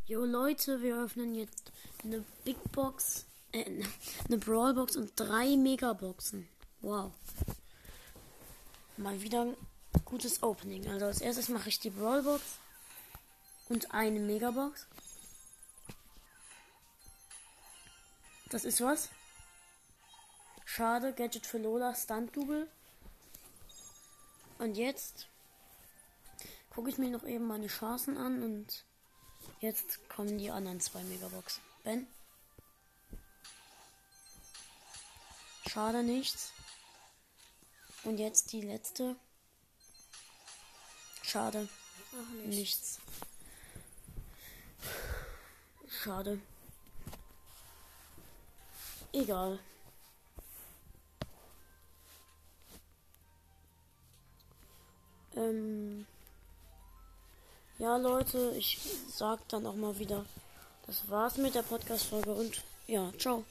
Jo Leute, wir öffnen jetzt eine Big Box, eine Brawl Box und 3 Megaboxen. Wow. Mal wieder ein gutes Opening. Also als erstes mache ich die Brawl Box und eine Megabox. Das ist was? Schade, Gadget für Lola, Stunt-Double. Und jetzt gucke ich mir noch eben meine Chancen an und jetzt kommen die anderen 2 Megaboxen. Ben? Schade, nichts. Und jetzt die letzte. Schade. Ach, Nichts. Schade. Egal. Ja, Leute, ich sag dann auch mal wieder, das war's mit der Podcast-Folge und ja, ciao.